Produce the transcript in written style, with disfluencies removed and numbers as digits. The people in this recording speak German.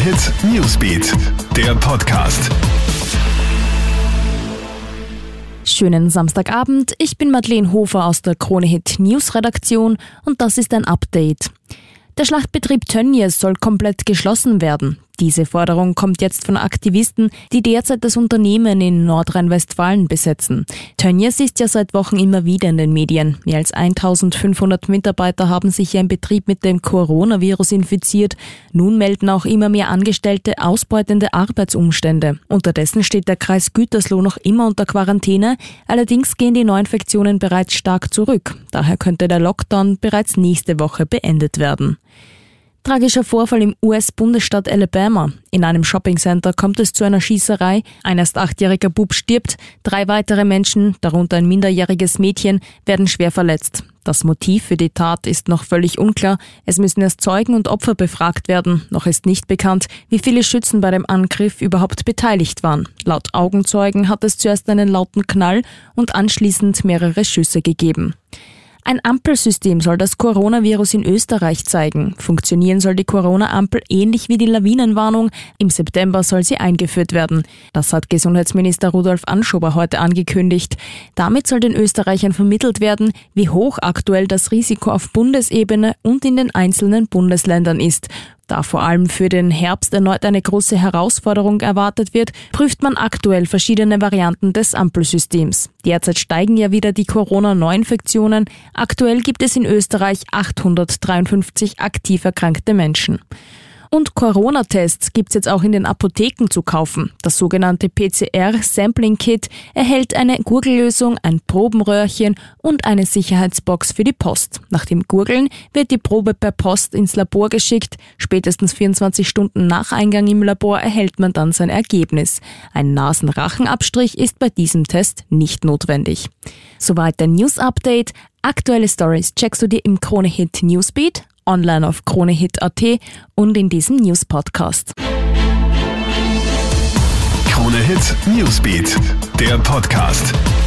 Hit Newsbeat, der Podcast. Schönen Samstagabend, ich bin Madeleine Hofer aus der Krone Hit News Redaktion und das ist ein Update. Der Schlachtbetrieb Tönnies soll komplett geschlossen werden. Diese Forderung kommt jetzt von Aktivisten, die derzeit das Unternehmen in Nordrhein-Westfalen besetzen. Tönnies ist ja seit Wochen immer wieder in den Medien. Mehr als 1500 Mitarbeiter haben sich ja im Betrieb mit dem Coronavirus infiziert. Nun melden auch immer mehr Angestellte ausbeutende Arbeitsumstände. Unterdessen steht der Kreis Gütersloh noch immer unter Quarantäne. Allerdings gehen die Neuinfektionen bereits stark zurück. Daher könnte der Lockdown bereits nächste Woche beendet werden. Tragischer Vorfall im US-Bundesstaat Alabama. In einem Shoppingcenter kommt es zu einer Schießerei. Ein erst 8-jähriger Bub stirbt. 3 weitere Menschen, darunter ein minderjähriges Mädchen, werden schwer verletzt. Das Motiv für die Tat ist noch völlig unklar. Es müssen erst Zeugen und Opfer befragt werden. Noch ist nicht bekannt, wie viele Schützen bei dem Angriff überhaupt beteiligt waren. Laut Augenzeugen hat es zuerst einen lauten Knall und anschließend mehrere Schüsse gegeben. Ein Ampelsystem soll das Coronavirus in Österreich zeigen. Funktionieren soll die Corona-Ampel ähnlich wie die Lawinenwarnung. Im September soll sie eingeführt werden. Das hat Gesundheitsminister Rudolf Anschober heute angekündigt. Damit soll den Österreichern vermittelt werden, wie hoch aktuell das Risiko auf Bundesebene und in den einzelnen Bundesländern ist. Da vor allem für den Herbst erneut eine große Herausforderung erwartet wird, prüft man aktuell verschiedene Varianten des Ampelsystems. Derzeit steigen ja wieder die Corona-Neuinfektionen. Aktuell gibt es in Österreich 853 aktiv erkrankte Menschen. Und Corona-Tests gibt's jetzt auch in den Apotheken zu kaufen. Das sogenannte PCR-Sampling-Kit erhält eine Gurgellösung, ein Probenröhrchen und eine Sicherheitsbox für die Post. Nach dem Gurgeln wird die Probe per Post ins Labor geschickt. Spätestens 24 Stunden nach Eingang im Labor erhält man dann sein Ergebnis. Ein Nasen-Rachen-Abstrich ist bei diesem Test nicht notwendig. Soweit der News-Update. Aktuelle Stories checkst du dir im Krone Hit Newsbeat, online auf kronehit.at und in diesem News-Podcast. Krone Hit Newsbeat, der Podcast.